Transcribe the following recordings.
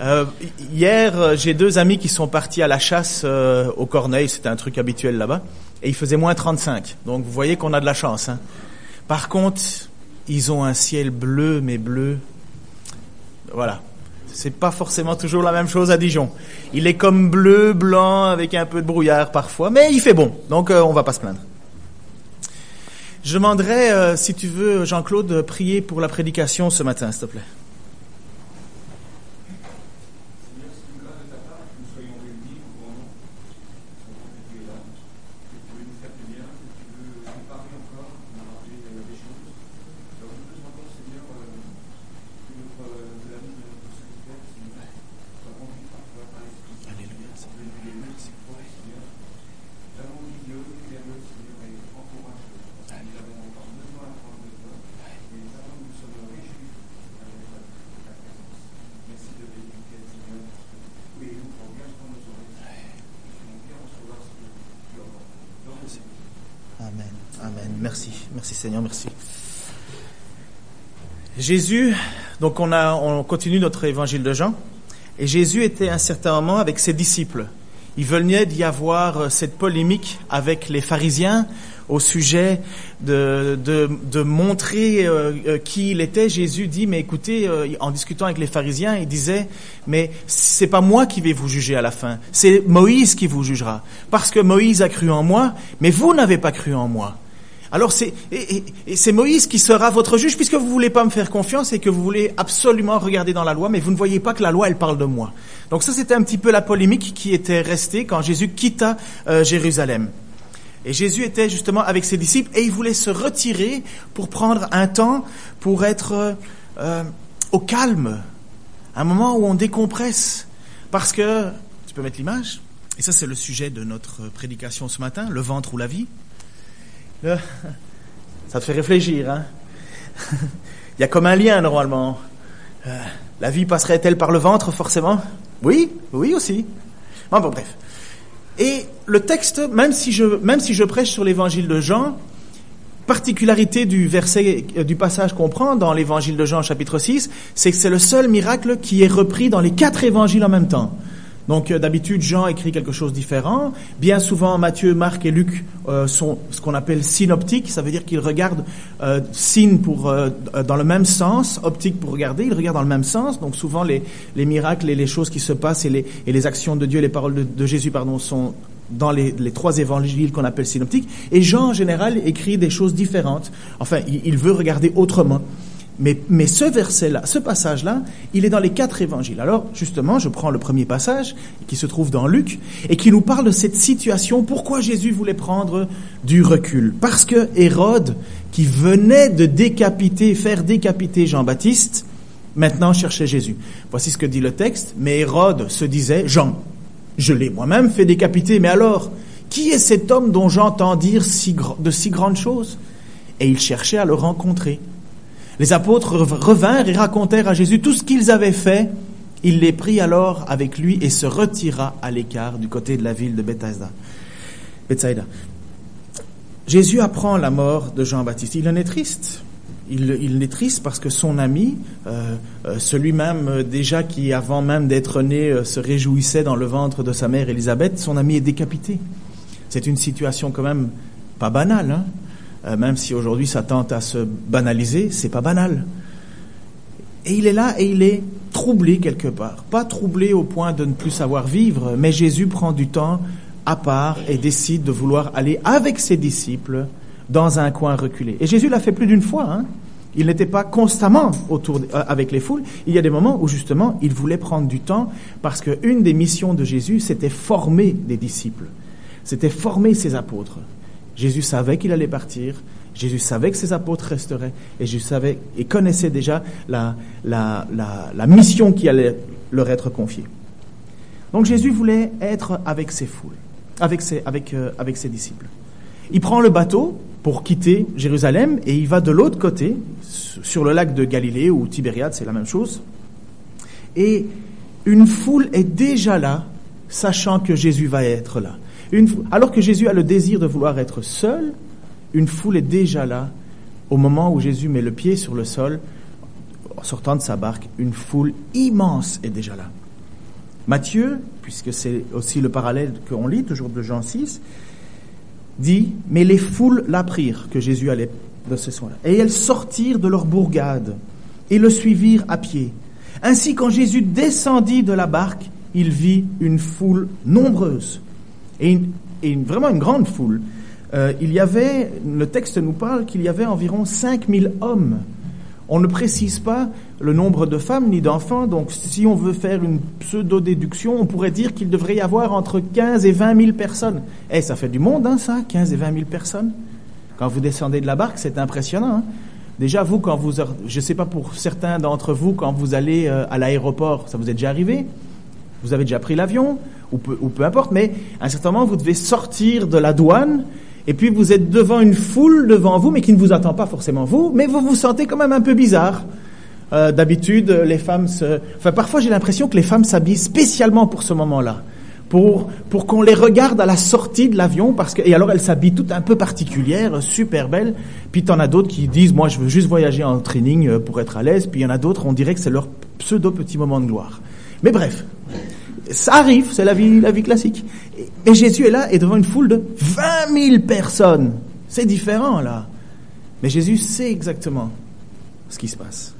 Hier, j'ai 2 amis qui sont partis à la chasse au Corneille, c'était un truc habituel là-bas, et il faisait moins 35. Donc vous voyez qu'on a de la chance. Hein. Par contre, ils ont un ciel bleu, mais bleu. Voilà. C'est pas forcément toujours la même chose à Dijon. Il est comme bleu, blanc, avec un peu de brouillard parfois, mais il fait bon, donc on va pas se plaindre. Je demanderais, si tu veux, Jean-Claude, de prier pour la prédication ce matin, s'il te plaît. Amen. Merci Seigneur, merci. Jésus, donc on continue notre évangile de Jean, et Jésus était à un certain moment avec ses disciples. Il venait d'y avoir cette polémique avec les pharisiens au sujet de montrer qui il était. Jésus dit, mais écoutez, en discutant avec les pharisiens, il disait, mais c'est pas moi qui vais vous juger à la fin, c'est Moïse qui vous jugera. Parce que Moïse a cru en moi, mais vous n'avez pas cru en moi. Alors c'est Moïse qui sera votre juge, puisque vous voulez pas me faire confiance et que vous voulez absolument regarder dans la loi, mais vous ne voyez pas que la loi, elle parle de moi. Donc ça, c'était un petit peu la polémique qui était restée quand Jésus quitta Jérusalem. Et Jésus était justement avec ses disciples et il voulait se retirer pour prendre un temps pour être au calme, un moment où on décompresse. Parce que, tu peux mettre l'image, et ça c'est le sujet de notre prédication ce matin, le ventre ou la vie. Ça te fait réfléchir, hein. Il y a comme un lien normalement. La vie passerait-elle par le ventre forcément ? Oui aussi. Bon, bref. Et le texte, même si je prêche sur l'évangile de Jean, particularité du passage qu'on prend dans l'évangile de Jean chapitre 6, c'est que c'est le seul miracle qui est repris dans les 4 évangiles en même temps. Donc d'habitude, Jean écrit quelque chose de différent. Bien souvent, Matthieu, Marc et Luc sont ce qu'on appelle synoptiques. Ça veut dire qu'ils regardent syn dans le même sens, optique pour regarder. Ils regardent dans le même sens. Donc souvent, les miracles et les choses qui se passent et les actions de Dieu, les paroles de Jésus, sont dans les 3 évangiles qu'on appelle synoptiques. Et Jean, en général, écrit des choses différentes. Enfin, il veut regarder autrement. Mais ce verset-là, ce passage-là, il est dans les 4 évangiles. Alors, justement, je prends le premier passage, qui se trouve dans Luc, et qui nous parle de cette situation, pourquoi Jésus voulait prendre du recul. Parce que Hérode, qui venait de faire décapiter Jean-Baptiste, maintenant cherchait Jésus. Voici ce que dit le texte. Mais Hérode se disait, Jean, je l'ai moi-même fait décapiter, mais alors, qui est cet homme dont j'entends dire de si grandes choses ? Et il cherchait à le rencontrer. Les apôtres revinrent et racontèrent à Jésus tout ce qu'ils avaient fait. Il les prit alors avec lui et se retira à l'écart du côté de la ville de Bethsaïda. Jésus apprend la mort de Jean-Baptiste. Il en est triste. Il est triste parce que son ami, celui-même déjà qui avant même d'être né se réjouissait dans le ventre de sa mère Élisabeth, son ami est décapité. C'est une situation quand même pas banale, hein. Même si aujourd'hui ça tente à se banaliser, c'est pas banal. Et il est là et il est troublé quelque part. Pas troublé au point de ne plus savoir vivre, mais Jésus prend du temps à part et décide de vouloir aller avec ses disciples dans un coin reculé. Et Jésus l'a fait plus d'une fois, hein. Il n'était pas constamment avec les foules. Il y a des moments où justement il voulait prendre du temps parce qu'une des missions de Jésus, c'était former des disciples. C'était former ses apôtres. Jésus savait qu'il allait partir, Jésus savait que ses apôtres resteraient, et Jésus savait et connaissait déjà la mission qui allait leur être confiée. Donc Jésus voulait être avec ses foules, avec ses disciples. Il prend le bateau pour quitter Jérusalem et il va de l'autre côté, sur le lac de Galilée ou Tibériade, c'est la même chose. Et une foule est déjà là, sachant que Jésus va être là. Alors que Jésus a le désir de vouloir être seul, une foule est déjà là. Au moment où Jésus met le pied sur le sol, en sortant de sa barque, une foule immense est déjà là. Matthieu, puisque c'est aussi le parallèle qu'on lit, toujours de Jean 6, dit « Mais les foules l'apprirent que Jésus allait de ce soir-là. Et elles sortirent de leur bourgade et le suivirent à pied. Ainsi, quand Jésus descendit de la barque, il vit une foule nombreuse. Et vraiment une grande foule. Le texte nous parle qu'il y avait environ 5000 hommes. On ne précise pas le nombre de femmes ni d'enfants, donc si on veut faire une pseudo-déduction, on pourrait dire qu'il devrait y avoir entre 15 et 20 000 personnes. Ça fait du monde, hein, ça, 15 et 20 000 personnes. Quand vous descendez de la barque, c'est impressionnant. Hein. Déjà, vous, je ne sais pas pour certains d'entre vous, quand vous allez à l'aéroport, ça vous est déjà arrivé? Vous avez déjà pris l'avion, ou peu importe, mais à un certain moment, vous devez sortir de la douane, et puis vous êtes devant une foule devant vous, mais qui ne vous attend pas forcément vous, mais vous vous sentez quand même un peu bizarre. D'habitude, les femmes parfois j'ai l'impression que les femmes s'habillent spécialement pour ce moment-là, pour qu'on les regarde à la sortie de l'avion, et alors elles s'habillent toutes un peu particulières, super belles, puis t'en as d'autres qui disent, moi je veux juste voyager en training pour être à l'aise, puis il y en a d'autres, on dirait que c'est leur pseudo petit moment de gloire. Mais bref, ça arrive, c'est la vie classique. Et Jésus est là, et devant une foule de 20 000 personnes. C'est différent, là. Mais Jésus sait exactement ce qui se passe.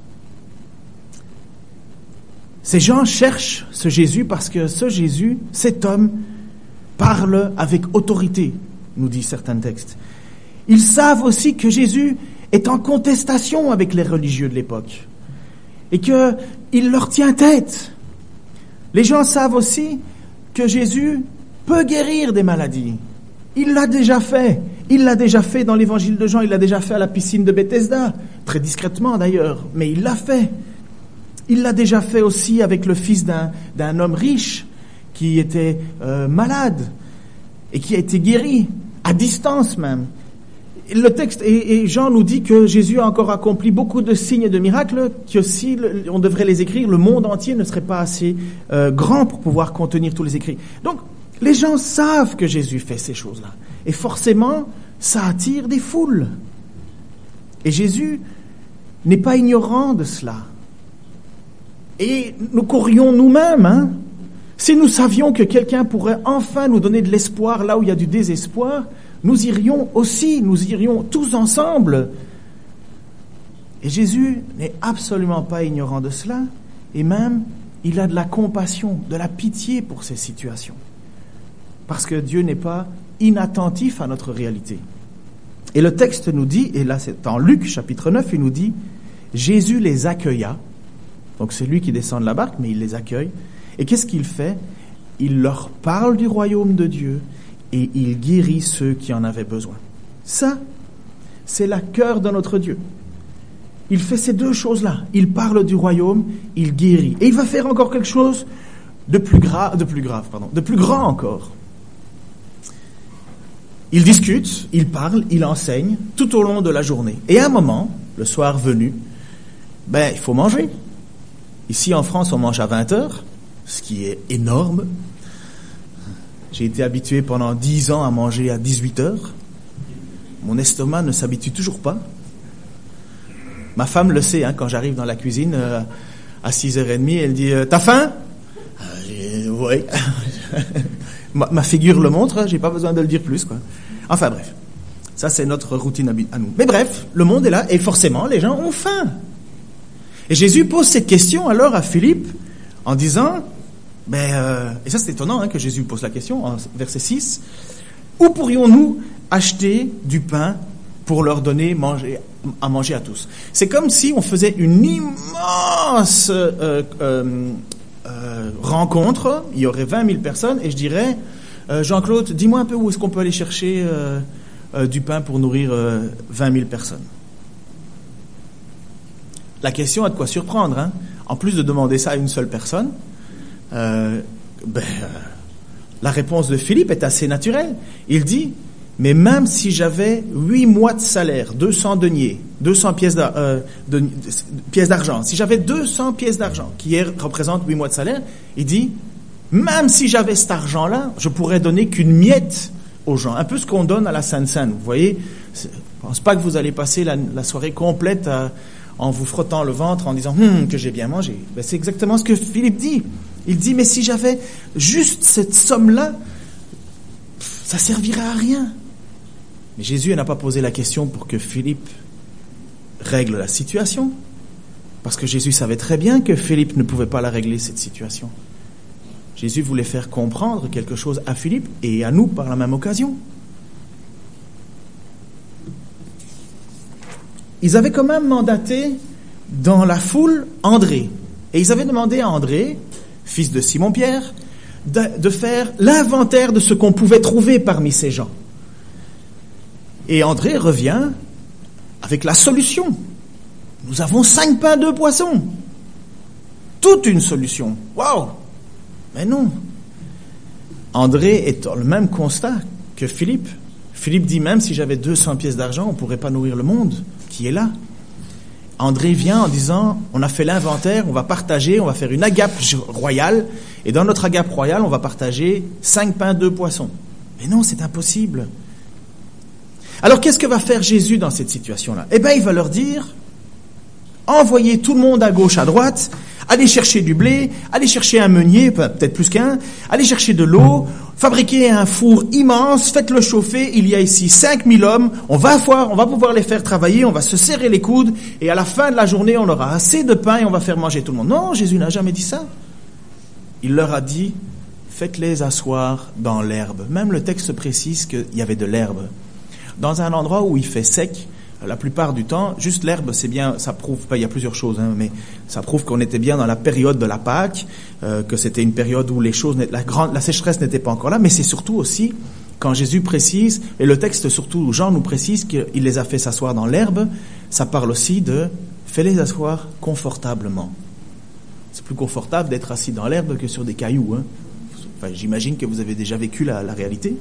Ces gens cherchent ce Jésus parce que ce Jésus, cet homme, parle avec autorité, nous disent certains textes. Ils savent aussi que Jésus est en contestation avec les religieux de l'époque et qu'il leur tient tête. Les gens savent aussi que Jésus peut guérir des maladies. Il l'a déjà fait. Il l'a déjà fait dans l'évangile de Jean, il l'a déjà fait à la piscine de Bethesda, très discrètement d'ailleurs, mais il l'a fait. Il l'a déjà fait aussi avec le fils d'un homme riche qui était malade et qui a été guéri, à distance même. Le texte, et Jean nous dit que Jésus a encore accompli beaucoup de signes et de miracles, que si on devrait les écrire, le monde entier ne serait pas assez grand pour pouvoir contenir tous les écrits. Donc, les gens savent que Jésus fait ces choses-là. Et forcément, ça attire des foules. Et Jésus n'est pas ignorant de cela. Et nous courrions nous-mêmes, hein. Si nous savions que quelqu'un pourrait enfin nous donner de l'espoir là où il y a du désespoir, nous irions tous ensemble. Et Jésus n'est absolument pas ignorant de cela, et même, il a de la compassion, de la pitié pour ces situations. Parce que Dieu n'est pas inattentif à notre réalité. Et le texte nous dit, et là c'est en Luc chapitre 9, il nous dit, Jésus les accueilla, donc c'est lui qui descend de la barque, mais il les accueille, et qu'est-ce qu'il fait? Il leur parle du royaume de Dieu, et il guérit ceux qui en avaient besoin. Ça, c'est la cœur de notre Dieu. Il fait ces deux choses-là. Il parle du royaume, il guérit. Et il va faire encore quelque chose de plus grand encore. Il discute, il parle, il enseigne tout au long de la journée. Et à un moment, le soir venu, il faut manger. Ici en France, on mange à 20h, ce qui est énorme. J'ai été habitué pendant 10 ans à manger à 18h. Mon estomac ne s'habitue toujours pas. Ma femme le sait, hein, quand j'arrive dans la cuisine à 6h30, elle dit « T'as faim ?» Oui. Ma figure le montre, j'ai pas besoin de le dire plus, quoi. Enfin bref, ça c'est notre routine à nous. Mais bref, le monde est là et forcément les gens ont faim. Et Jésus pose cette question alors à Philippe en disant, et ça c'est étonnant que Jésus pose la question en verset 6, où pourrions-nous acheter du pain pour leur donner à manger à tous? C'est comme si on faisait une immense rencontre, il y aurait 20 000 personnes et je dirais, Jean-Claude, dis-moi un peu où est-ce qu'on peut aller chercher du pain pour nourrir 20 000 personnes. La question a de quoi surprendre, hein. En plus de demander ça à une seule personne, la réponse de Philippe est assez naturelle. Il dit, mais même si j'avais 8 mois de salaire, 200 deniers, 200 pièces d'argent, si j'avais 200 pièces d'argent, qui représentent 8 mois de salaire, il dit, même si j'avais cet argent-là, je pourrais donner qu'une miette aux gens. Un peu ce qu'on donne à la Sainte-Seine. Vous voyez, je ne pense pas que vous allez passer la soirée complète en vous frottant le ventre en disant que j'ai bien mangé. C'est exactement ce que Philippe dit. Il dit, mais si j'avais juste cette somme-là, ça servirait à rien. Mais Jésus n'a pas posé la question pour que Philippe règle la situation, parce que Jésus savait très bien que Philippe ne pouvait pas la régler, cette situation. Jésus voulait faire comprendre quelque chose à Philippe et à nous par la même occasion. Ils avaient quand même mandaté dans la foule André. Et ils avaient demandé à André, fils de Simon-Pierre, de faire l'inventaire de ce qu'on pouvait trouver parmi ces gens. Et André revient avec la solution. Nous avons 5 pains, 2 poissons. Toute une solution. Waouh! Mais non. André est dans le même constat que Philippe. Philippe dit, même si j'avais 200 pièces d'argent, on ne pourrait pas nourrir le monde qui est là. André vient en disant, on a fait l'inventaire, on va partager, on va faire une agape royale, et dans notre agape royale, on va partager 5 pains, 2 poissons. Mais non, c'est impossible. Alors, qu'est-ce que va faire Jésus dans cette situation-là? Eh bien, il va leur dire, envoyez tout le monde à gauche, à droite, allez chercher du blé, allez chercher un meunier, peut-être plus qu'un, allez chercher de l'eau, fabriquez un four immense, faites-le chauffer, il y a ici 5000 hommes, on va pouvoir les faire travailler, on va se serrer les coudes, et à la fin de la journée, on aura assez de pain et on va faire manger tout le monde. Non, Jésus n'a jamais dit ça. Il leur a dit, faites-les asseoir dans l'herbe. Même le texte précise qu'il y avait de l'herbe. Dans un endroit où il fait sec, la plupart du temps, juste l'herbe, c'est bien, ça prouve, il y a plusieurs choses, mais ça prouve qu'on était bien dans la période de la Pâque, que c'était une période où les choses, la sécheresse n'était pas encore là, mais c'est surtout aussi, quand Jésus précise, et le texte surtout, Jean nous précise qu'il les a fait s'asseoir dans l'herbe, ça parle aussi de, fais-les asseoir confortablement. C'est plus confortable d'être assis dans l'herbe que sur des cailloux, hein. Enfin, j'imagine que vous avez déjà vécu la réalité.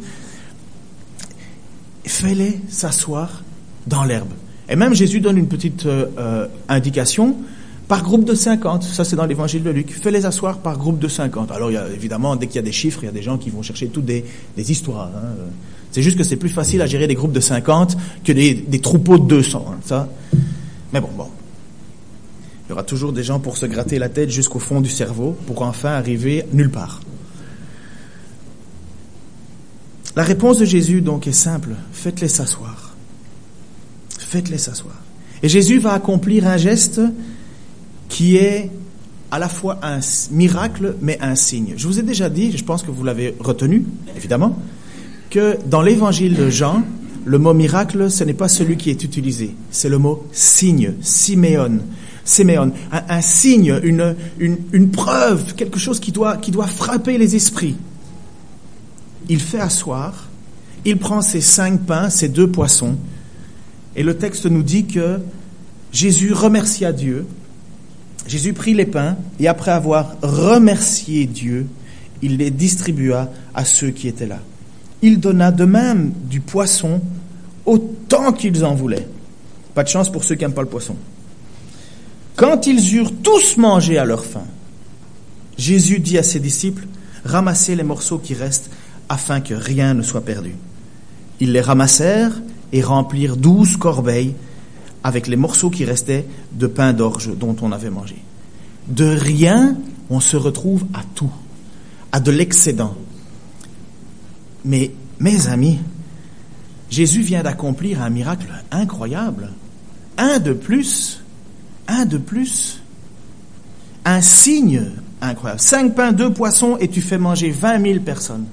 Fais-les s'asseoir dans l'herbe. Et même Jésus donne une petite indication par groupe de 50. Ça, c'est dans l'évangile de Luc. Fais-les asseoir par groupe de 50. Alors, évidemment, dès qu'il y a des chiffres, il y a des gens qui vont chercher toutes des histoires. Hein. C'est juste que c'est plus facile à gérer des groupes de 50 que des troupeaux de 200. Hein, ça. Mais bon. Il y aura toujours des gens pour se gratter la tête jusqu'au fond du cerveau pour enfin arriver nulle part. La réponse de Jésus, donc, est simple. Faites-les s'asseoir. Faites-les s'asseoir. Et Jésus va accomplir un geste qui est à la fois un miracle, mais un signe. Je vous ai déjà dit, je pense que vous l'avez retenu, évidemment, que dans l'évangile de Jean, le mot miracle, ce n'est pas celui qui est utilisé. C'est le mot signe, siméon. Un signe, une preuve, quelque chose qui doit frapper les esprits. Il fait asseoir, il prend ses 5 pains, ses 2 poissons, et le texte nous dit que Jésus remercia Dieu, Jésus prit les pains, et après avoir remercié Dieu, il les distribua à ceux qui étaient là. Il donna de même du poisson autant qu'ils en voulaient. Pas de chance pour ceux qui n'aiment pas le poisson. Quand ils eurent tous mangé à leur faim, Jésus dit à ses disciples, ramassez les morceaux qui restent, afin que rien ne soit perdu. Ils les ramassèrent et remplirent 12 corbeilles avec les morceaux qui restaient de pain d'orge dont on avait mangé. De rien, on se retrouve à tout, à de l'excédent. Mais, mes amis, Jésus vient d'accomplir un miracle incroyable. Un de plus, un signe incroyable. 5 pains, 2 poissons et tu fais manger 20 000 personnes.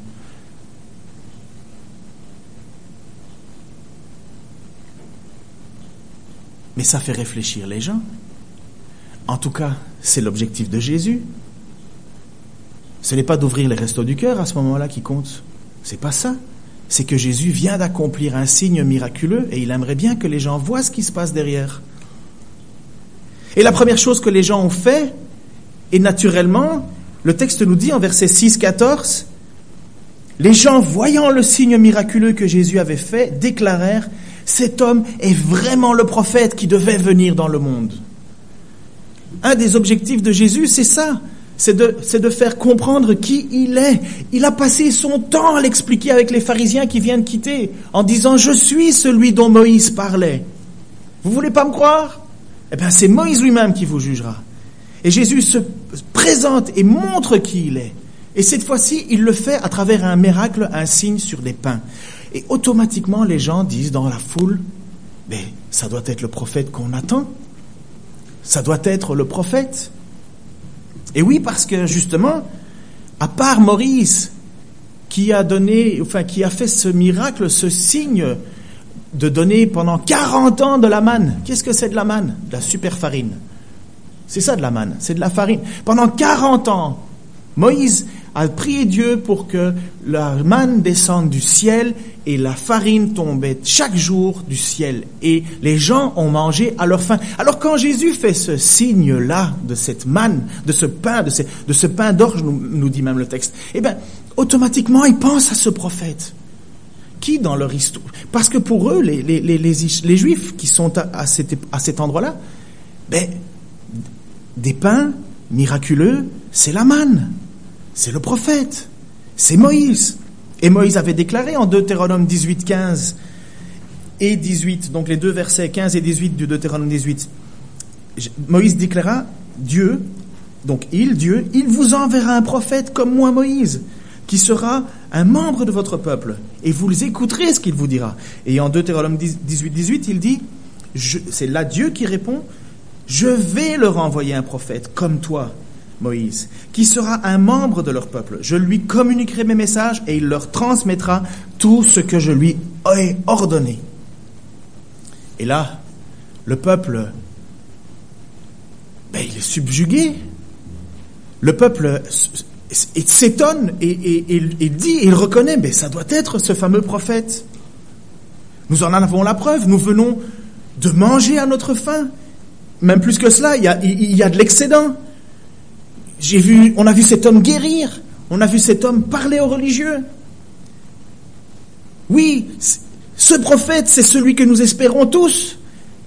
Mais ça fait réfléchir les gens. En tout cas, c'est l'objectif de Jésus. Ce n'est pas d'ouvrir les restos du cœur à ce moment-là qui compte. C'est pas ça. C'est que Jésus vient d'accomplir un signe miraculeux et il aimerait bien que les gens voient ce qui se passe derrière. Et la première chose que les gens ont fait, et naturellement, le texte nous dit en verset 6-14, les gens voyant le signe miraculeux que Jésus avait fait, déclarèrent « Cet homme est vraiment le prophète qui devait venir dans le monde. » Un des objectifs de Jésus, c'est ça. C'est de faire comprendre qui il est. Il a passé son temps à l'expliquer avec les pharisiens qui viennent quitter, en disant « Je suis celui dont Moïse parlait. » Vous voulez pas me croire? Eh bien, c'est Moïse lui-même qui vous jugera. Et Jésus présente et montre qui il est. Et cette fois-ci, il le fait à travers un miracle, un signe sur des pains. Et automatiquement, les gens disent dans la foule, mais ça doit être le prophète qu'on attend. Ça doit être le prophète. Et oui, parce que justement, à part Moïse, qui a fait ce miracle, ce signe de donner pendant 40 ans de la manne. Qu'est-ce que c'est de la manne? De la super farine. C'est ça de la manne, c'est de la farine. Pendant 40 ans, Moïse a prié Dieu pour que la manne descende du ciel et la farine tombait chaque jour du ciel. Et les gens ont mangé à leur faim. Alors quand Jésus fait ce signe-là de cette manne, de ce pain d'orge, nous dit même le texte, eh bien, automatiquement, ils pensent à ce prophète. Qui dans leur histoire? Parce que pour eux, les Juifs qui sont à cet endroit-là, des pains miraculeux, c'est la manne. C'est le prophète, c'est Moïse. Et Moïse avait déclaré en Deutéronome 18, 15 et 18, donc les deux versets 15 et 18 du Deutéronome 18, Moïse déclara, Dieu, il vous enverra un prophète comme moi Moïse, qui sera un membre de votre peuple, et vous écouterez ce qu'il vous dira. Et en Deutéronome 18, 18, il dit, c'est là Dieu qui répond, je vais leur envoyer un prophète comme toi, Moïse, qui sera un membre de leur peuple. Je lui communiquerai mes messages et il leur transmettra tout ce que je lui ai ordonné. Et là, le peuple, il est subjugué. Le peuple s'étonne et dit, il reconnaît, ça doit être ce fameux prophète. Nous en avons la preuve, nous venons de manger à notre faim. Même plus que cela, il y a de l'excédent. On a vu cet homme guérir, on a vu cet homme parler aux religieux. Oui, ce prophète, c'est celui que nous espérons tous.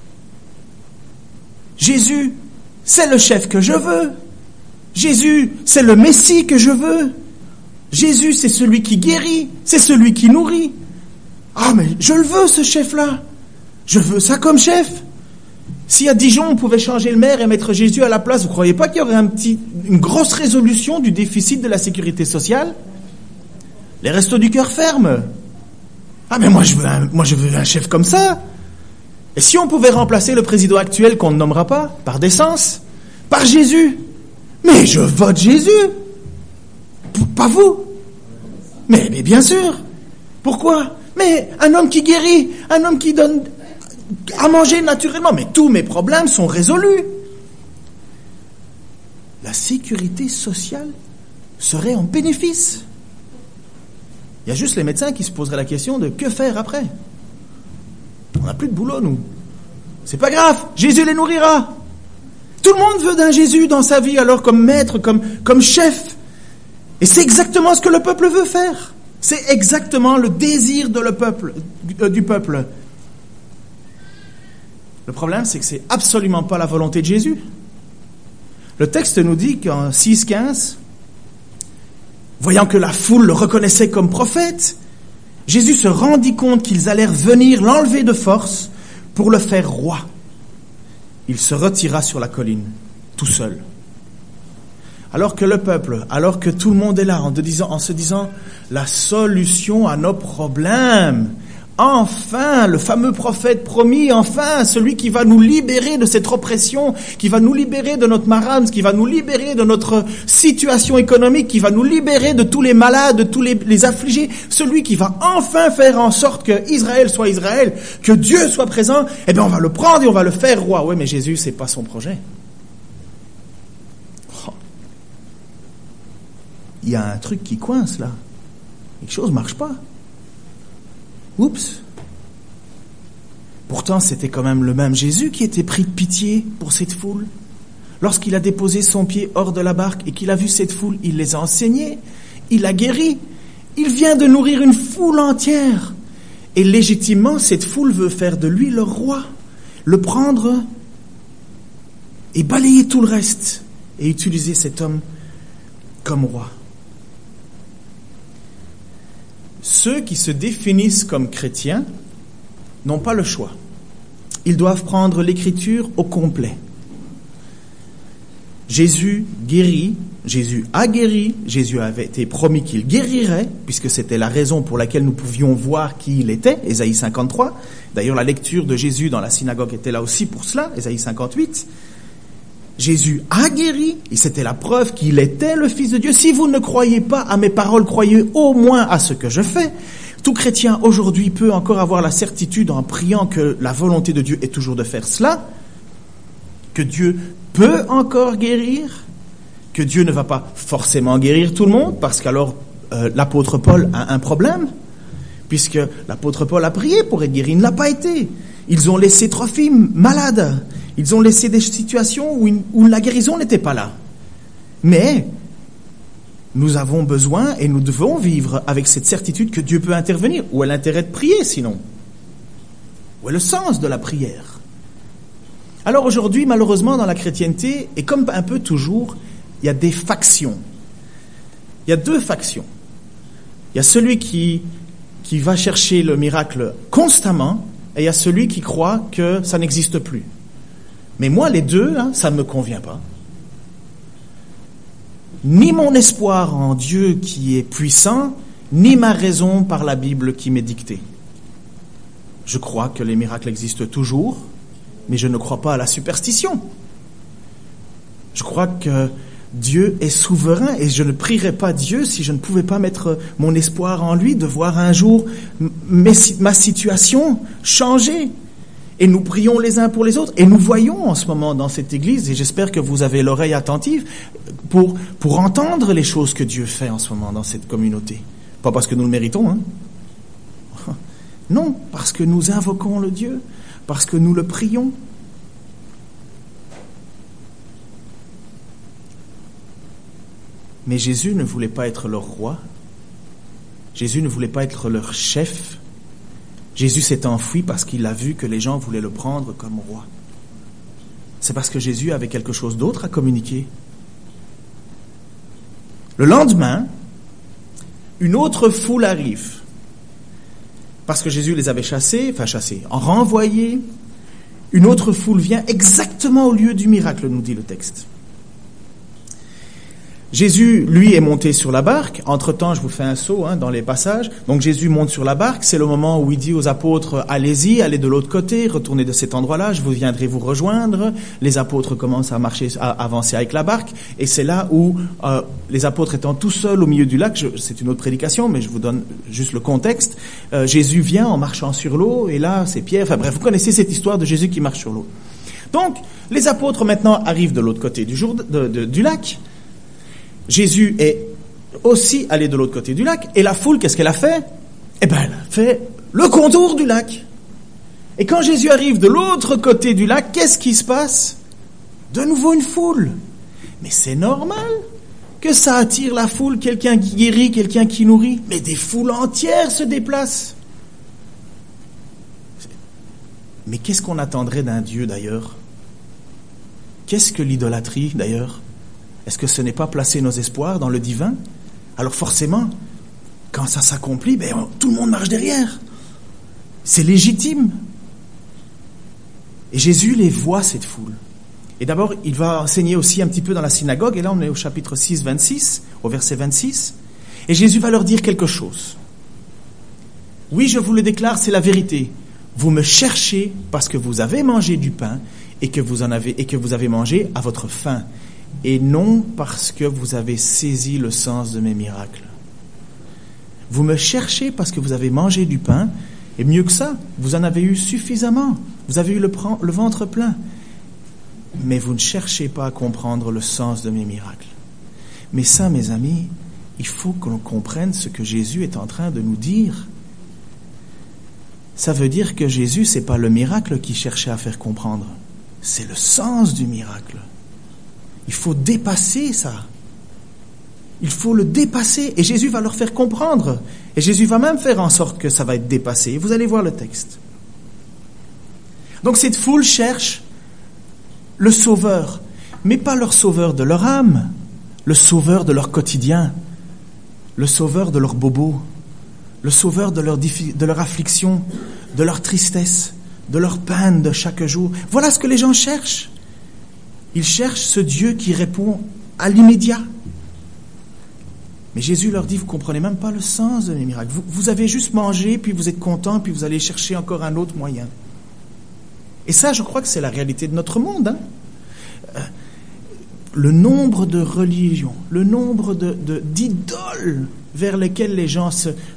Jésus, c'est le chef que je veux. Jésus, c'est le Messie que je veux. Jésus, c'est celui qui guérit, c'est celui qui nourrit. Ah, mais je le veux, ce chef-là. Je veux ça comme chef. Si à Dijon, on pouvait changer le maire et mettre Jésus à la place, vous ne croyez pas qu'il y aurait une grosse résolution du déficit de la sécurité sociale? Les restos du cœur ferment. Ah, mais moi je veux un chef comme ça. Et si on pouvait remplacer le président actuel qu'on ne nommera pas, par décence, par Jésus? Mais je vote Jésus. Pas vous. Mais bien sûr. Pourquoi? Mais un homme qui guérit, un homme qui donne à manger naturellement, mais tous mes problèmes sont résolus. La sécurité sociale serait en bénéfice. Il y a juste les médecins qui se poseraient la question de que faire après. On n'a plus de boulot, nous. C'est pas grave, Jésus les nourrira. Tout le monde veut d'un Jésus dans sa vie, alors comme maître, comme chef. Et c'est exactement ce que le peuple veut faire. C'est exactement le désir du peuple. Le problème, c'est que c'est absolument pas la volonté de Jésus. Le texte nous dit qu'en 6,15, voyant que la foule le reconnaissait comme prophète, Jésus se rendit compte qu'ils allèrent venir l'enlever de force pour le faire roi. Il se retira sur la colline, tout seul. Alors que le peuple, alors que tout le monde est là, en se disant la solution à nos problèmes, enfin, le fameux prophète promis, enfin, celui qui va nous libérer de cette oppression, qui va nous libérer de notre marasme, qui va nous libérer de notre situation économique, qui va nous libérer de tous les malades, de tous les affligés, celui qui va enfin faire en sorte que Israël soit Israël, que Dieu soit présent, eh bien, on va le prendre et on va le faire roi. Oui, mais Jésus, c'est pas son projet. Oh. Il y a un truc qui coince, là. Quelque chose marche pas. Oups. Pourtant, c'était quand même le même Jésus qui était pris de pitié pour cette foule. Lorsqu'il a déposé son pied hors de la barque et qu'il a vu cette foule, il les a enseignés, il a guéri. Il vient de nourrir une foule entière. Et légitimement, cette foule veut faire de lui le roi, le prendre et balayer tout le reste et utiliser cet homme comme roi. Ceux qui se définissent comme chrétiens n'ont pas le choix. Ils doivent prendre l'Écriture au complet. Jésus guérit, Jésus a guéri, Jésus avait été promis qu'il guérirait, puisque c'était la raison pour laquelle nous pouvions voir qui il était, Ésaïe 53. D'ailleurs, la lecture de Jésus dans la synagogue était là aussi pour cela, Ésaïe 58. Jésus a guéri, et c'était la preuve qu'il était le Fils de Dieu. Si vous ne croyez pas à mes paroles, croyez au moins à ce que je fais. Tout chrétien aujourd'hui peut encore avoir la certitude en priant que la volonté de Dieu est toujours de faire cela, que Dieu peut encore guérir, que Dieu ne va pas forcément guérir tout le monde, parce qu'alors l'apôtre Paul a un problème, puisque l'apôtre Paul a prié pour être guéri, il ne l'a pas été. Ils ont laissé Trophime malade, ils ont laissé des situations où la guérison n'était pas là. Mais nous avons besoin et nous devons vivre avec cette certitude que Dieu peut intervenir. Où est l'intérêt de prier sinon? Où est le sens de la prière? Alors aujourd'hui, malheureusement, dans la chrétienté, et comme un peu toujours, il y a des factions. Il y a deux factions. Il y a celui qui va chercher le miracle constamment, et il y a celui qui croit que ça n'existe plus. Mais moi, les deux, ça ne me convient pas. Ni mon espoir en Dieu qui est puissant, ni ma raison par la Bible qui m'est dictée. Je crois que les miracles existent toujours, mais je ne crois pas à la superstition. Je crois que Dieu est souverain et je ne prierais pas Dieu si je ne pouvais pas mettre mon espoir en lui, de voir un jour ma situation changer. Et nous prions les uns pour les autres. Et nous voyons en ce moment dans cette église, et j'espère que vous avez l'oreille attentive, pour entendre les choses que Dieu fait en ce moment dans cette communauté. Pas parce que nous le méritons, Non, parce que nous invoquons le Dieu, parce que nous le prions. Mais Jésus ne voulait pas être leur roi. Jésus ne voulait pas être leur chef. Jésus s'est enfui parce qu'il a vu que les gens voulaient le prendre comme roi. C'est parce que Jésus avait quelque chose d'autre à communiquer. Le lendemain, une autre foule arrive. Parce que Jésus les avait chassés, renvoyés. Une autre foule vient exactement au lieu du miracle, nous dit le texte. Jésus, lui, est monté sur la barque. Entre-temps, je vous fais un saut dans les passages. Donc Jésus monte sur la barque. C'est le moment où il dit aux apôtres, allez-y, allez de l'autre côté, retournez de cet endroit-là, je viendrai vous rejoindre. Les apôtres commencent à avancer avec la barque. Et c'est là où les apôtres étant tout seuls au milieu du lac, c'est une autre prédication, mais je vous donne juste le contexte. Jésus vient en marchant sur l'eau, et là, c'est Pierre. Enfin bref, vous connaissez cette histoire de Jésus qui marche sur l'eau. Donc, les apôtres maintenant arrivent de l'autre côté du lac. Jésus est aussi allé de l'autre côté du lac, et la foule, qu'est-ce qu'elle a fait? Elle a fait le contour du lac. Et quand Jésus arrive de l'autre côté du lac, qu'est-ce qui se passe? De nouveau une foule. Mais c'est normal que ça attire la foule, quelqu'un qui guérit, quelqu'un qui nourrit. Mais des foules entières se déplacent. Mais qu'est-ce qu'on attendrait d'un Dieu d'ailleurs? Qu'est-ce que l'idolâtrie d'ailleurs? Est-ce que ce n'est pas placer nos espoirs dans le divin? Alors forcément, quand ça s'accomplit, tout le monde marche derrière. C'est légitime. Et Jésus les voit, cette foule. Et d'abord, il va enseigner aussi un petit peu dans la synagogue, et là on est au chapitre 6, 26, au verset 26, et Jésus va leur dire quelque chose. Oui, je vous le déclare, c'est la vérité. Vous me cherchez parce que vous avez mangé du pain et que vous avez mangé à votre faim. Et non parce que vous avez saisi le sens de mes miracles. Vous me cherchez parce que vous avez mangé du pain, et mieux que ça, vous en avez eu suffisamment. Vous avez eu le ventre plein. Mais vous ne cherchez pas à comprendre le sens de mes miracles. Mais ça, mes amis, il faut que l'on comprenne ce que Jésus est en train de nous dire. Ça veut dire que Jésus, c'est pas le miracle qu'il cherchait à faire comprendre. C'est le sens du miracle. Il faut dépasser ça. Il faut le dépasser. Et Jésus va leur faire comprendre. Et Jésus va même faire en sorte que ça va être dépassé. Vous allez voir le texte. Donc cette foule cherche le sauveur. Mais pas leur sauveur de leur âme. Le sauveur de leur quotidien. Le sauveur de leur bobo. Le sauveur de leur affliction. De leur tristesse. De leur peine de chaque jour. Voilà ce que les gens cherchent. Ils cherchent ce Dieu qui répond à l'immédiat. Mais Jésus leur dit, vous comprenez même pas le sens de mes miracles. Vous avez juste mangé, puis vous êtes content, puis vous allez chercher encore un autre moyen. Et ça, je crois que c'est la réalité de notre monde. Le nombre de religions, le nombre d'idoles vers lesquelles les gens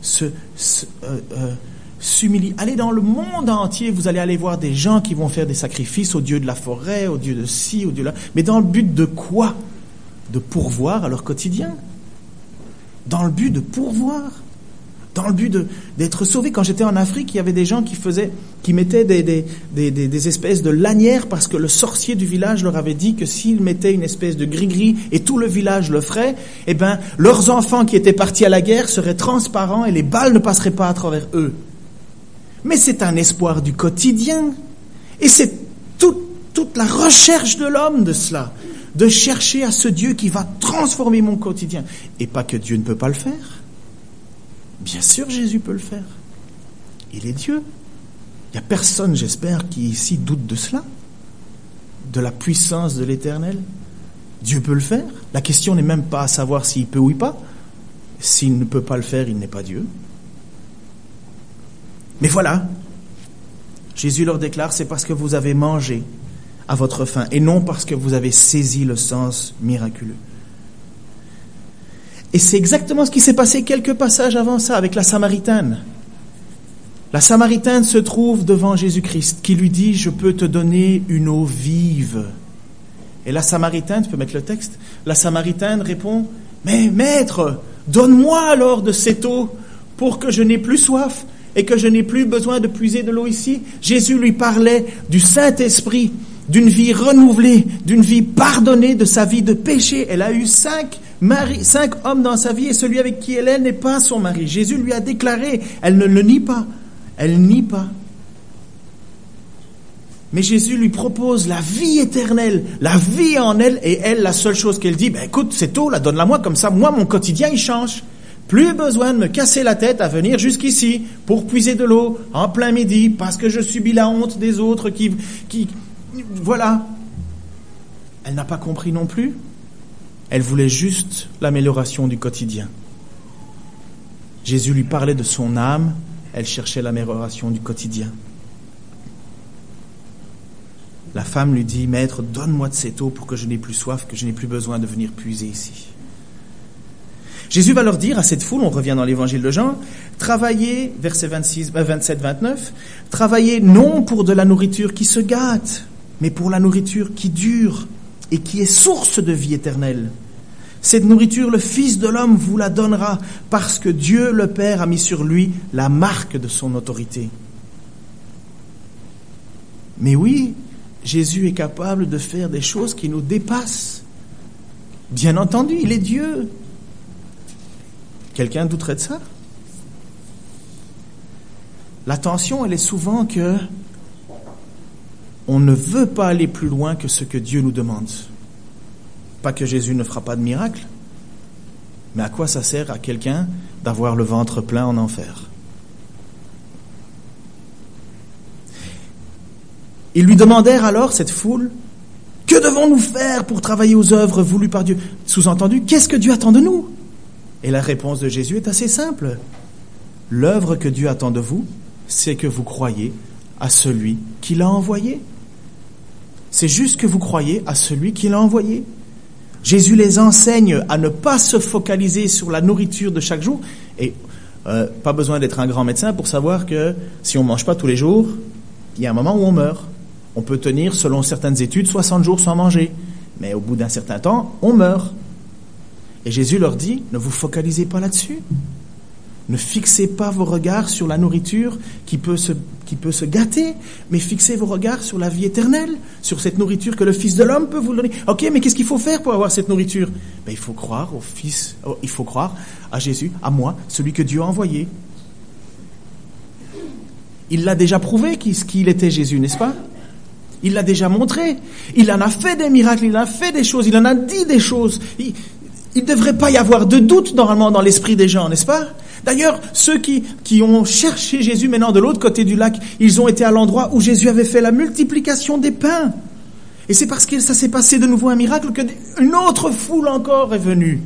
s'humilient. Allez dans le monde entier, vous allez aller voir des gens qui vont faire des sacrifices au dieu de la forêt, au dieu de ci, au dieu de là. Mais dans le but de quoi? De pourvoir à leur quotidien. Dans le but de pourvoir. Dans le but d'être sauvés. Quand j'étais en Afrique, il y avait des gens qui mettaient des espèces de lanières parce que le sorcier du village leur avait dit que s'ils mettaient une espèce de gris-gris et tout le village le ferait, eh ben, leurs enfants qui étaient partis à la guerre seraient transparents et les balles ne passeraient pas à travers eux. Mais c'est un espoir du quotidien. Et c'est toute la recherche de l'homme de cela. De chercher à ce Dieu qui va transformer mon quotidien. Et pas que Dieu ne peut pas le faire. Bien sûr, Jésus peut le faire. Il est Dieu. Il n'y a personne, j'espère, qui ici doute de cela, de la puissance de l'Éternel. Dieu peut le faire. La question n'est même pas à savoir s'il peut ou pas. S'il ne peut pas le faire, il n'est pas Dieu. Mais voilà, Jésus leur déclare, c'est parce que vous avez mangé à votre faim et non parce que vous avez saisi le sens miraculeux. Et c'est exactement ce qui s'est passé quelques passages avant ça avec la Samaritaine. La Samaritaine se trouve devant Jésus-Christ qui lui dit « Je peux te donner une eau vive ». Et la Samaritaine, tu peux mettre le texte, la Samaritaine répond « Mais maître, donne-moi alors de cette eau pour que je n'ai plus soif et que je n'ai plus besoin de puiser de l'eau ici. » Jésus lui parlait du Saint-Esprit, d'une vie renouvelée, d'une vie pardonnée de sa vie de péché. Elle a eu 5 hommes dans sa vie et celui avec qui elle est n'est pas son mari. Jésus lui a déclaré, elle ne le nie pas, elle nie pas. Mais Jésus lui propose la vie éternelle, la vie en elle, et elle, la seule chose qu'elle dit, écoute, cette eau, donne-la moi, comme ça, moi, mon quotidien, il change. Plus besoin de me casser la tête à venir jusqu'ici pour puiser de l'eau en plein midi, parce que je subis la honte des autres qui voilà. Elle n'a pas compris non plus. Elle voulait juste l'amélioration du quotidien. Jésus lui parlait de son âme, elle cherchait l'amélioration du quotidien. La femme lui dit, « Maître, donne-moi de cette eau pour que je n'ai plus soif, que je n'ai plus besoin de venir puiser ici. » Jésus va leur dire à cette foule, on revient dans l'évangile de Jean, travaillez, versets 27-29, travaillez non pour de la nourriture qui se gâte, mais pour la nourriture qui dure et qui est source de vie éternelle. Cette nourriture, le Fils de l'homme vous la donnera parce que Dieu le Père a mis sur lui la marque de son autorité. Mais oui, Jésus est capable de faire des choses qui nous dépassent. Bien entendu, il est Dieu. Quelqu'un douterait de ça? La tension, elle est souvent que on ne veut pas aller plus loin que ce que Dieu nous demande. Pas que Jésus ne fera pas de miracle, mais à quoi ça sert à quelqu'un d'avoir le ventre plein en enfer? Ils lui demandèrent alors, cette foule, « Que devons-nous faire pour travailler aux œuvres voulues par Dieu ?» Sous-entendu, qu'est-ce que Dieu attend de nous? Et la réponse de Jésus est assez simple. L'œuvre que Dieu attend de vous, c'est que vous croyez à celui qui l'a envoyé. C'est juste que vous croyez à celui qui l'a envoyé. Jésus les enseigne à ne pas se focaliser sur la nourriture de chaque jour. Et pas besoin d'être un grand médecin pour savoir que si on ne mange pas tous les jours, il y a un moment où on meurt. On peut tenir, selon certaines études, 60 jours sans manger. Mais au bout d'un certain temps, on meurt. Et Jésus leur dit, ne vous focalisez pas là-dessus. Ne fixez pas vos regards sur la nourriture qui peut se gâter, mais fixez vos regards sur la vie éternelle, sur cette nourriture que le Fils de l'homme peut vous donner. Ok, mais qu'est-ce qu'il faut faire pour avoir cette nourriture? Il faut croire au Fils, il faut croire à Jésus, à moi, celui que Dieu a envoyé. Il l'a déjà prouvé qu'il était Jésus, n'est-ce pas? Il l'a déjà montré. Il en a fait des miracles, il en a fait des choses, il en a dit des choses. Il ne devrait pas y avoir de doute normalement dans l'esprit des gens, n'est-ce pas? D'ailleurs, ceux qui ont cherché Jésus maintenant de l'autre côté du lac, ils ont été à l'endroit où Jésus avait fait la multiplication des pains. Et c'est parce que ça s'est passé de nouveau un miracle qu'une autre foule encore est venue.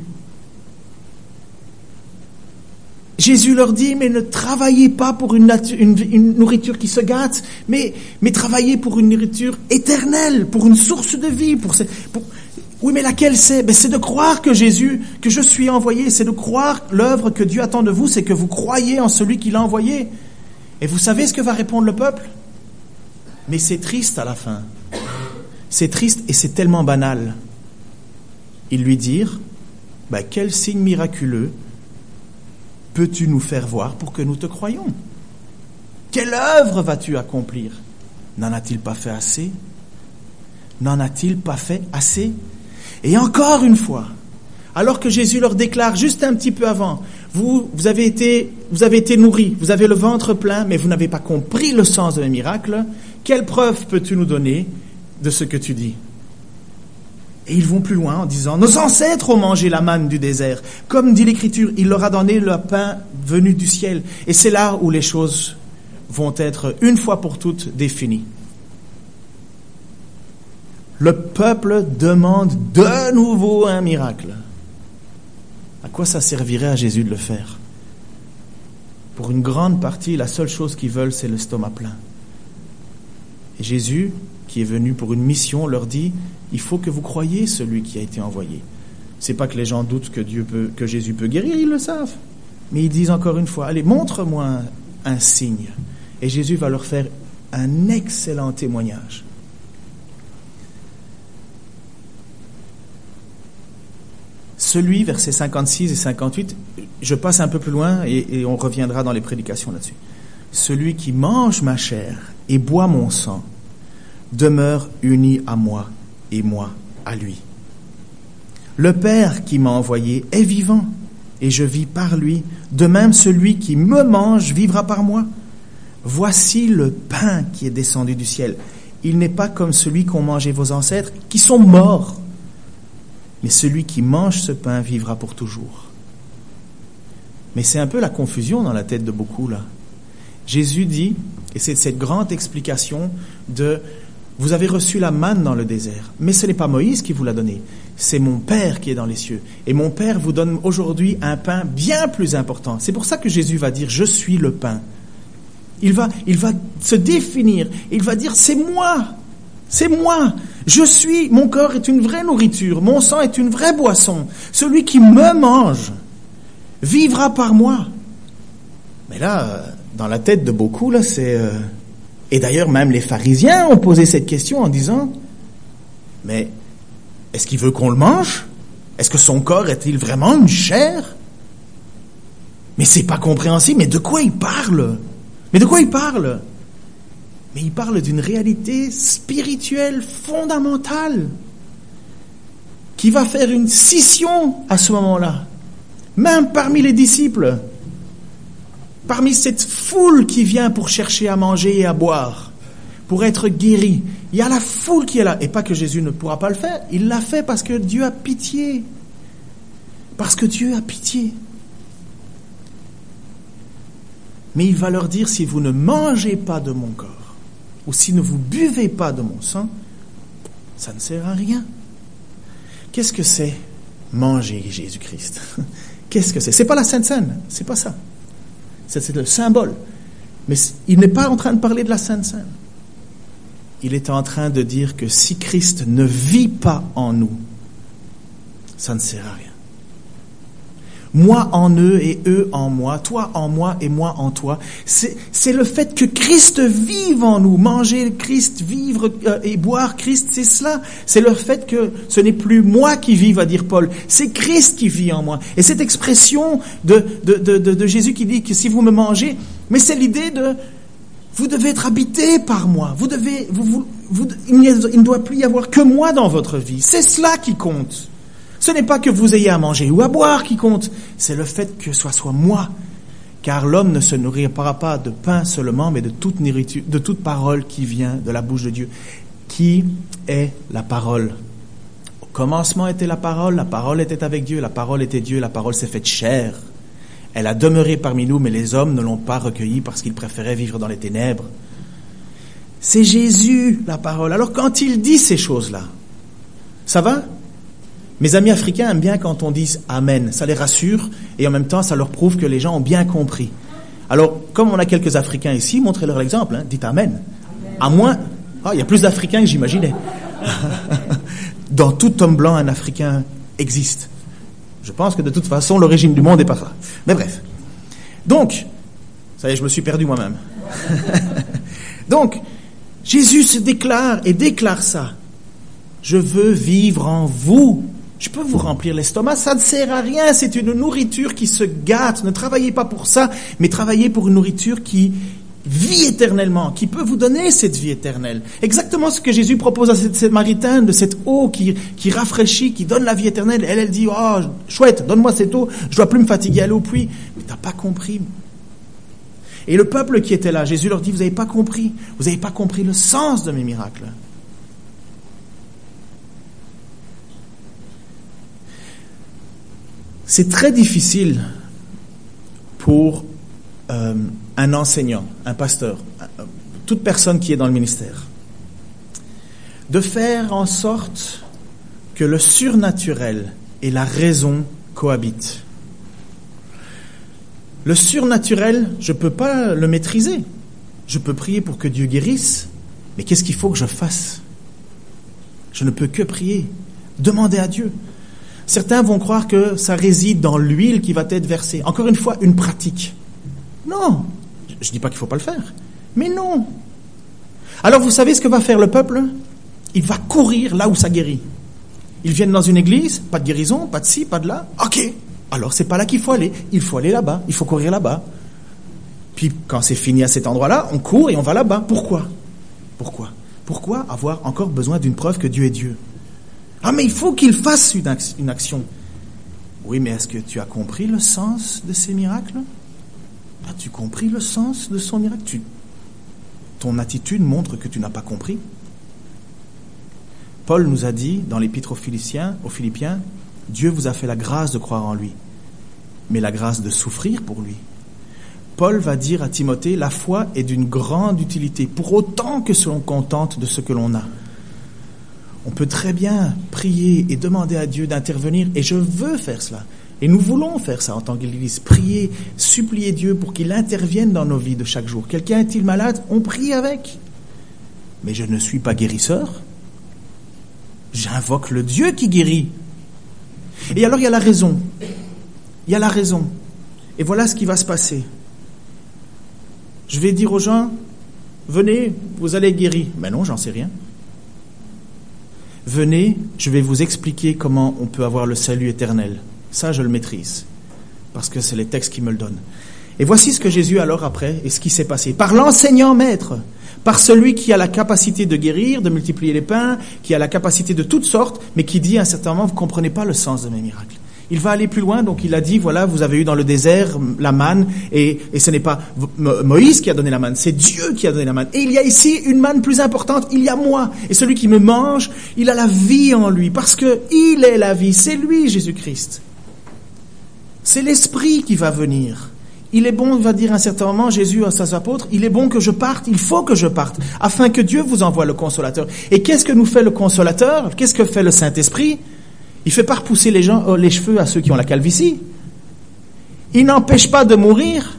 Jésus leur dit, mais ne travaillez pas pour une nourriture qui se gâte, mais travaillez pour une nourriture éternelle, pour une source de vie. Oui, mais laquelle c'est? Ben, c'est de croire que je suis envoyé, c'est de croire l'œuvre que Dieu attend de vous, c'est que vous croyez en celui qui l'a envoyé. Et vous savez ce que va répondre le peuple? Mais c'est triste à la fin. C'est triste et c'est tellement banal. Ils lui dirent, ben, quel signe miraculeux peux-tu nous faire voir pour que nous te croyions? Quelle œuvre vas-tu accomplir? N'en a-t-il pas fait assez? N'en a-t-il pas fait assez? Et encore une fois, alors que Jésus leur déclare juste un petit peu avant, vous avez été nourris, vous avez le ventre plein, mais vous n'avez pas compris le sens de mes miracles, quelle preuve peux-tu nous donner de ce que tu dis? Et ils vont plus loin en disant, nos ancêtres ont mangé la manne du désert. Comme dit l'Écriture, il leur a donné le pain venu du ciel. Et c'est là où les choses vont être une fois pour toutes définies. Le peuple demande de nouveau un miracle. À quoi ça servirait à Jésus de le faire? Pour une grande partie, la seule chose qu'ils veulent, c'est l'estomac plein. Et Jésus, qui est venu pour une mission, leur dit, il faut que vous croyiez celui qui a été envoyé. C'est pas que les gens doutent que Jésus peut guérir, ils le savent. Mais ils disent encore une fois, allez, montre-moi un signe. Et Jésus va leur faire un excellent témoignage. Celui, versets 56 et 58, je passe un peu plus loin et on reviendra dans les prédications là-dessus. Celui qui mange ma chair et boit mon sang demeure uni à moi et moi à lui. Le Père qui m'a envoyé est vivant et je vis par lui. De même, celui qui me mange vivra par moi. Voici le pain qui est descendu du ciel. Il n'est pas comme celui qu'ont mangé vos ancêtres qui sont morts. Mais celui qui mange ce pain vivra pour toujours. Mais c'est un peu la confusion dans la tête de beaucoup là. Jésus dit, et c'est cette grande explication de « Vous avez reçu la manne dans le désert, mais ce n'est pas Moïse qui vous l'a donné, c'est mon Père qui est dans les cieux. Et mon Père vous donne aujourd'hui un pain bien plus important. » C'est pour ça que Jésus va dire « Je suis le pain ». Il va se définir, il va dire « C'est moi ». C'est moi, mon corps est une vraie nourriture, mon sang est une vraie boisson. Celui qui me mange vivra par moi. Mais là, dans la tête de beaucoup, là, c'est... Et d'ailleurs, même les pharisiens ont posé cette question en disant, mais est-ce qu'il veut qu'on le mange? Est-ce que son corps est-il vraiment une chair? Mais c'est pas compréhensible, mais de quoi il parle? Mais il parle d'une réalité spirituelle fondamentale qui va faire une scission à ce moment-là. Même parmi les disciples, parmi cette foule qui vient pour chercher à manger et à boire, pour être guéri, il y a la foule qui est là. Et pas que Jésus ne pourra pas le faire, il l'a fait parce que Dieu a pitié. Parce que Dieu a pitié. Mais il va leur dire, si vous ne mangez pas de mon corps, ou si ne vous buvez pas de mon sang, ça ne sert à rien. Qu'est-ce que c'est manger Jésus-Christ? Qu'est-ce que c'est? C'est pas la Sainte Seine, c'est pas ça. C'est le symbole. Mais il n'est pas en train de parler de la Sainte Seine. Il est en train de dire que si Christ ne vit pas en nous, ça ne sert à rien. Moi en eux et eux en moi, toi en moi et moi en toi. C'est le fait que Christ vive en nous. Manger Christ, vivre et boire Christ, c'est cela. C'est le fait que ce n'est plus moi qui vis, va dire Paul. C'est Christ qui vit en moi. Et cette expression de Jésus qui dit que si vous me mangez, mais c'est l'idée de vous devez être habité par moi. Il ne doit plus y avoir que moi dans votre vie. C'est cela qui compte. Ce n'est pas que vous ayez à manger ou à boire qui compte, c'est le fait que ce soit moi. Car l'homme ne se nourrira pas de pain seulement, mais de toute nourriture, de toute parole qui vient de la bouche de Dieu. Qui est la parole? Au commencement était la parole était avec Dieu, la parole était Dieu, la parole s'est faite chair. Elle a demeuré parmi nous, mais les hommes ne l'ont pas recueillie parce qu'ils préféraient vivre dans les ténèbres. C'est Jésus, la parole. Alors quand il dit ces choses-là, ça va? Mes amis africains aiment bien quand on dit Amen. Ça les rassure et en même temps, ça leur prouve que les gens ont bien compris. Alors, comme on a quelques Africains ici, montrez-leur l'exemple. Dites Amen. À moins... il y a plus d'Africains que j'imaginais. Dans tout homme blanc, un Africain existe. Je pense que de toute façon, l'origine du monde n'est pas ça. Mais bref. Donc, ça y est, je me suis perdu moi-même. Donc, Jésus se déclare et déclare ça. Je veux vivre en vous. Je peux vous remplir l'estomac, ça ne sert à rien, c'est une nourriture qui se gâte. Ne travaillez pas pour ça, mais travaillez pour une nourriture qui vit éternellement, qui peut vous donner cette vie éternelle. Exactement ce que Jésus propose à cette Samaritaine, de cette eau qui rafraîchit, qui donne la vie éternelle. Elle dit, chouette, donne-moi cette eau, je dois plus me fatiguer à aller au puits. Mais t'as pas compris. Et le peuple qui était là, Jésus leur dit, vous n'avez pas compris le sens de mes miracles. C'est très difficile pour un enseignant, un pasteur, toute personne qui est dans le ministère, de faire en sorte que le surnaturel et la raison cohabitent. Le surnaturel, je ne peux pas le maîtriser. Je peux prier pour que Dieu guérisse, mais qu'est-ce qu'il faut que je fasse? Je ne peux que prier, demander à Dieu. Certains vont croire que ça réside dans l'huile qui va être versée. Encore une fois, une pratique. Non, je ne dis pas qu'il ne faut pas le faire, mais non. Alors vous savez ce que va faire le peuple? Il va courir là où ça guérit. Ils viennent dans une église, pas de guérison, pas de ci, pas de là. Ok, alors c'est pas là qu'il faut aller, il faut aller là-bas, il faut courir là-bas. Puis quand c'est fini à cet endroit-là, on court et on va là-bas. Pourquoi avoir encore besoin d'une preuve que Dieu est Dieu? Ah, mais il faut qu'il fasse une action. Oui, mais est-ce que tu as compris le sens de ces miracles? As-tu compris le sens de son miracle? Ton attitude montre que tu n'as pas compris. Paul nous a dit dans l'épître aux Philippiens, Dieu vous a fait la grâce de croire en lui, mais la grâce de souffrir pour lui. Paul va dire à Timothée, la foi est d'une grande utilité, pour autant que l'on contente de ce que l'on a. On peut très bien prier et demander à Dieu d'intervenir, et je veux faire cela. Et nous voulons faire ça en tant qu'Église, prier, supplier Dieu pour qu'il intervienne dans nos vies de chaque jour. Quelqu'un est-il malade? On prie avec. Mais je ne suis pas guérisseur. J'invoque le Dieu qui guérit. Et alors il y a la raison. Il y a la raison. Et voilà ce qui va se passer. Je vais dire aux gens, venez, vous allez être guéris. Mais non, j'en sais rien. Venez, je vais vous expliquer comment on peut avoir le salut éternel. Ça, je le maîtrise, parce que c'est les textes qui me le donnent. Et voici ce que Jésus, alors après, et ce qui s'est passé. Par l'enseignant maître, par celui qui a la capacité de guérir, de multiplier les pains, qui a la capacité de toutes sortes, mais qui dit à un certain moment, vous ne comprenez pas le sens de mes miracles. Il va aller plus loin, donc il a dit, voilà, vous avez eu dans le désert la manne, et ce n'est pas Moïse qui a donné la manne, c'est Dieu qui a donné la manne. Et il y a ici une manne plus importante, il y a moi. Et celui qui me mange, il a la vie en lui, parce que il est la vie, c'est lui, Jésus-Christ. C'est l'Esprit qui va venir. Il est bon, va dire à un certain moment Jésus à ses apôtres, il est bon que je parte, il faut que je parte, afin que Dieu vous envoie le Consolateur. Et qu'est-ce que nous fait le Consolateur? Qu'est-ce que fait le Saint-Esprit? Il ne fait pas repousser les cheveux à ceux qui ont la calvitie. Il n'empêche pas de mourir.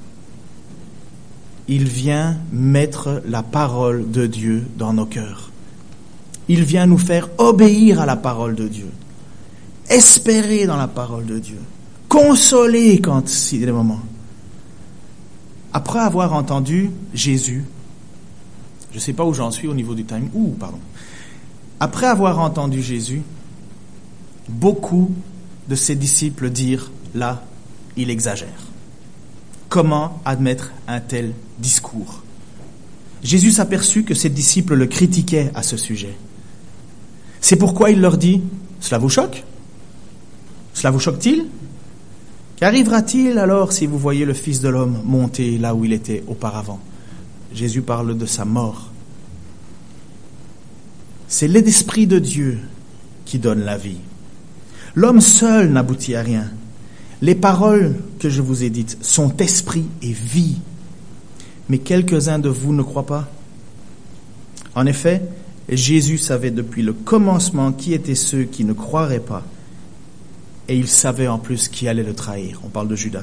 Il vient mettre la parole de Dieu dans nos cœurs. Il vient nous faire obéir à la parole de Dieu. Espérer dans la parole de Dieu. Consoler quand c'est le moment. Après avoir entendu Jésus, je ne sais pas où j'en suis au niveau du time. Après avoir entendu Jésus, beaucoup de ses disciples dirent, là, il exagère. Comment admettre un tel discours? Jésus s'aperçut que ses disciples le critiquaient à ce sujet. C'est pourquoi il leur dit, cela vous choque? Cela vous choque-t-il? Qu'arrivera-t-il alors si vous voyez le Fils de l'homme monter là où il était auparavant? Jésus parle de sa mort. C'est l'Esprit de Dieu qui donne la vie. L'homme seul n'aboutit à rien. Les paroles que je vous ai dites sont esprit et vie. Mais quelques-uns de vous ne croient pas. En effet, Jésus savait depuis le commencement qui étaient ceux qui ne croiraient pas. Et il savait en plus qui allait le trahir. On parle de Judas.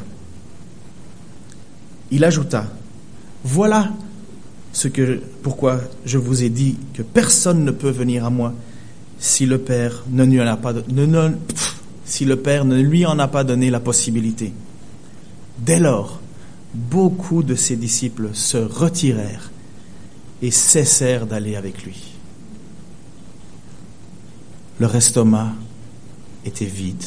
Il ajouta, « Voilà pourquoi je vous ai dit que personne ne peut venir à moi si le Père ne lui en a pas donné la possibilité. » Dès lors, beaucoup de ses disciples se retirèrent et cessèrent d'aller avec lui. Leur estomac était vide.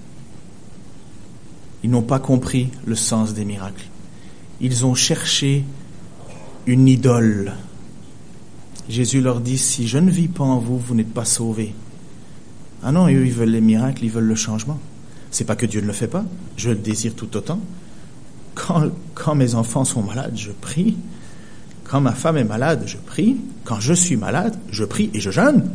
Ils n'ont pas compris le sens des miracles. Ils ont cherché une idole. Jésus leur dit, si je ne vis pas en vous, vous n'êtes pas sauvés. Ah non, eux, ils veulent les miracles, ils veulent le changement. C'est pas que Dieu ne le fait pas, je le désire tout autant. Quand mes enfants sont malades, je prie. Quand ma femme est malade, je prie. Quand je suis malade, je prie et je jeûne.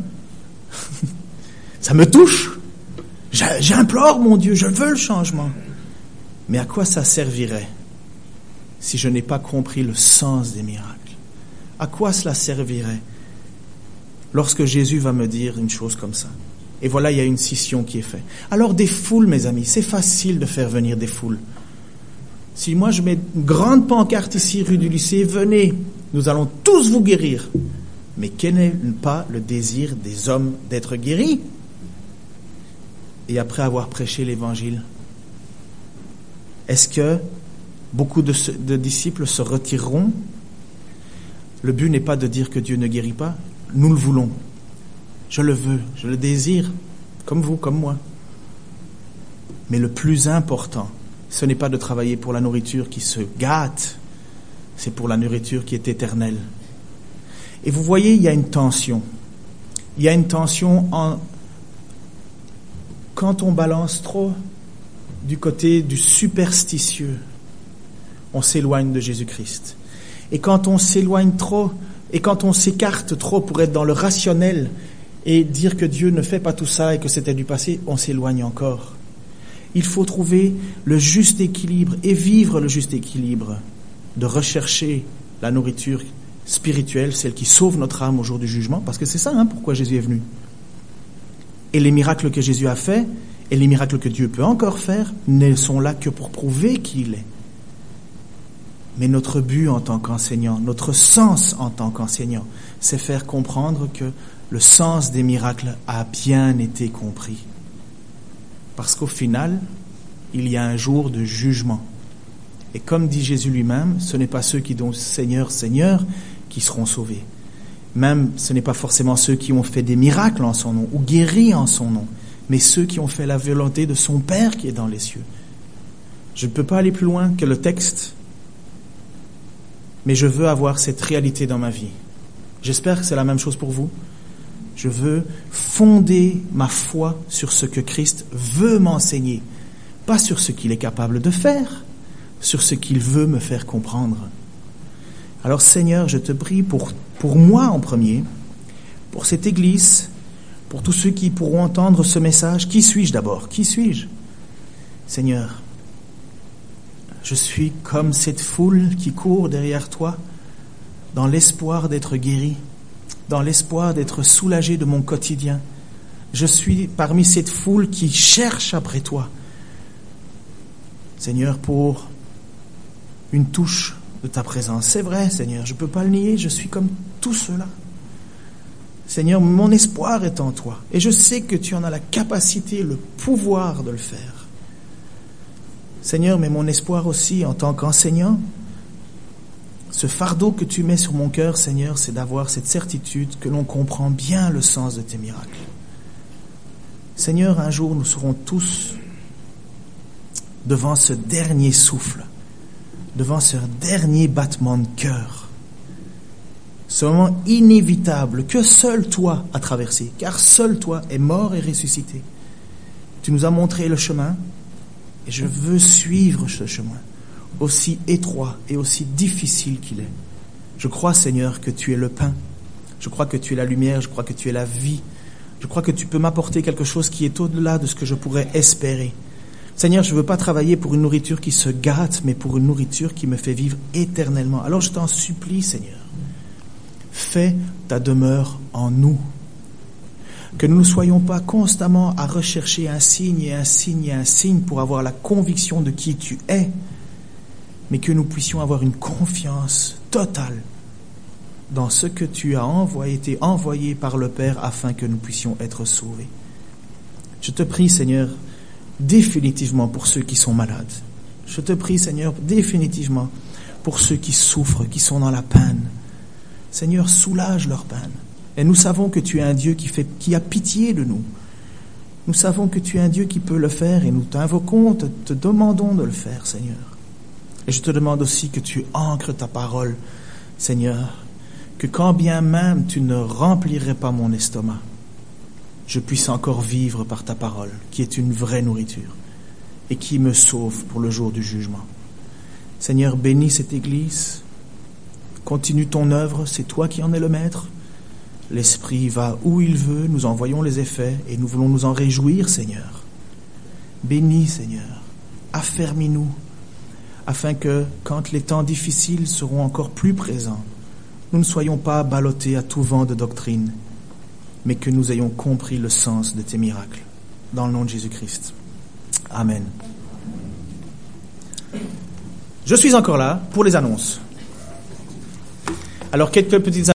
Ça me touche. J'implore mon Dieu, je veux le changement. Mais à quoi ça servirait si je n'ai pas compris le sens des miracles? À quoi cela servirait lorsque Jésus va me dire une chose comme ça? Et voilà, il y a une scission qui est faite. Alors des foules, mes amis, c'est facile de faire venir des foules. Si moi je mets une grande pancarte ici, rue du lycée, venez, nous allons tous vous guérir. Mais quel n'est pas le désir des hommes d'être guéris? Et après avoir prêché l'évangile, est-ce que beaucoup de disciples se retireront? Le but n'est pas de dire que Dieu ne guérit pas. Nous le voulons. Je le veux, je le désire, comme vous, comme moi. Mais le plus important, ce n'est pas de travailler pour la nourriture qui se gâte, c'est pour la nourriture qui est éternelle. Et vous voyez, il y a une tension. Il y a une tension quand on balance trop du côté du superstitieux, on s'éloigne de Jésus-Christ. Et quand on s'éloigne trop, et quand on s'écarte trop pour être dans le rationnel et dire que Dieu ne fait pas tout ça et que c'était du passé, on s'éloigne encore. Il faut trouver le juste équilibre et vivre le juste équilibre de rechercher la nourriture spirituelle, celle qui sauve notre âme au jour du jugement, parce que c'est ça, pourquoi Jésus est venu. Et les miracles que Jésus a faits, et les miracles que Dieu peut encore faire, ne sont là que pour prouver qui il est. Mais notre but en tant qu'enseignant, notre sens en tant qu'enseignant, c'est faire comprendre que le sens des miracles a bien été compris. Parce qu'au final, il y a un jour de jugement. Et comme dit Jésus lui-même, ce n'est pas ceux qui disent « Seigneur, Seigneur » qui seront sauvés. Même, ce n'est pas forcément ceux qui ont fait des miracles en son nom ou guéri en son nom, mais ceux qui ont fait la volonté de son Père qui est dans les cieux. Je ne peux pas aller plus loin que le texte, mais je veux avoir cette réalité dans ma vie. J'espère que c'est la même chose pour vous. Je veux fonder ma foi sur ce que Christ veut m'enseigner, pas sur ce qu'il est capable de faire, sur ce qu'il veut me faire comprendre. Alors Seigneur, je te prie pour moi en premier, pour cette Église, pour tous ceux qui pourront entendre ce message. Qui suis-je d'abord? Qui suis-je? Seigneur, je suis comme cette foule qui court derrière toi, dans l'espoir d'être guéri, dans l'espoir d'être soulagé de mon quotidien. Je suis parmi cette foule qui cherche après toi. Seigneur, pour une touche de ta présence. C'est vrai, Seigneur, je ne peux pas le nier, je suis comme tous ceux-là. Seigneur, mon espoir est en toi. Et je sais que tu en as la capacité, le pouvoir de le faire. Seigneur, mais mon espoir aussi en tant qu'enseignant, ce fardeau que tu mets sur mon cœur, Seigneur, c'est d'avoir cette certitude que l'on comprend bien le sens de tes miracles. Seigneur, un jour, nous serons tous devant ce dernier souffle, devant ce dernier battement de cœur. Ce moment inévitable que seul toi as traversé, car seul toi es mort et ressuscité. Tu nous as montré le chemin, et je veux suivre ce chemin, aussi étroit et aussi difficile qu'il est. Je crois, Seigneur, que tu es le pain. Je crois que tu es la lumière. Je crois que tu es la vie. Je crois que tu peux m'apporter quelque chose qui est au-delà de ce que je pourrais espérer. Seigneur, je ne veux pas travailler pour une nourriture qui se gâte, mais pour une nourriture qui me fait vivre éternellement. Alors je t'en supplie, Seigneur, Fais ta demeure en nous. Que nous ne soyons pas constamment à rechercher un signe et un signe et un signe pour avoir la conviction de qui tu es, mais que nous puissions avoir une confiance totale dans ce que tu as été envoyé par le Père afin que nous puissions être sauvés. Je te prie, Seigneur, définitivement pour ceux qui sont malades. Je te prie, Seigneur, définitivement pour ceux qui souffrent, qui sont dans la peine. Seigneur, soulage leur peine. Et nous savons que tu es un Dieu qui a pitié de nous. Nous savons que tu es un Dieu qui peut le faire et nous t'invoquons, te demandons de le faire, Seigneur. Et je te demande aussi que tu ancres ta parole, Seigneur, que quand bien même tu ne remplirais pas mon estomac, je puisse encore vivre par ta parole, qui est une vraie nourriture et qui me sauve pour le jour du jugement. Seigneur, bénis cette Église, continue ton œuvre, c'est toi qui en es le maître. L'Esprit va où il veut, nous en voyons les effets et nous voulons nous en réjouir, Seigneur. Bénis, Seigneur, affermis-nous, afin que, quand les temps difficiles seront encore plus présents, nous ne soyons pas ballottés à tout vent de doctrine, mais que nous ayons compris le sens de tes miracles. Dans le nom de Jésus-Christ. Amen. Je suis encore là pour les annonces. Alors, quelques petites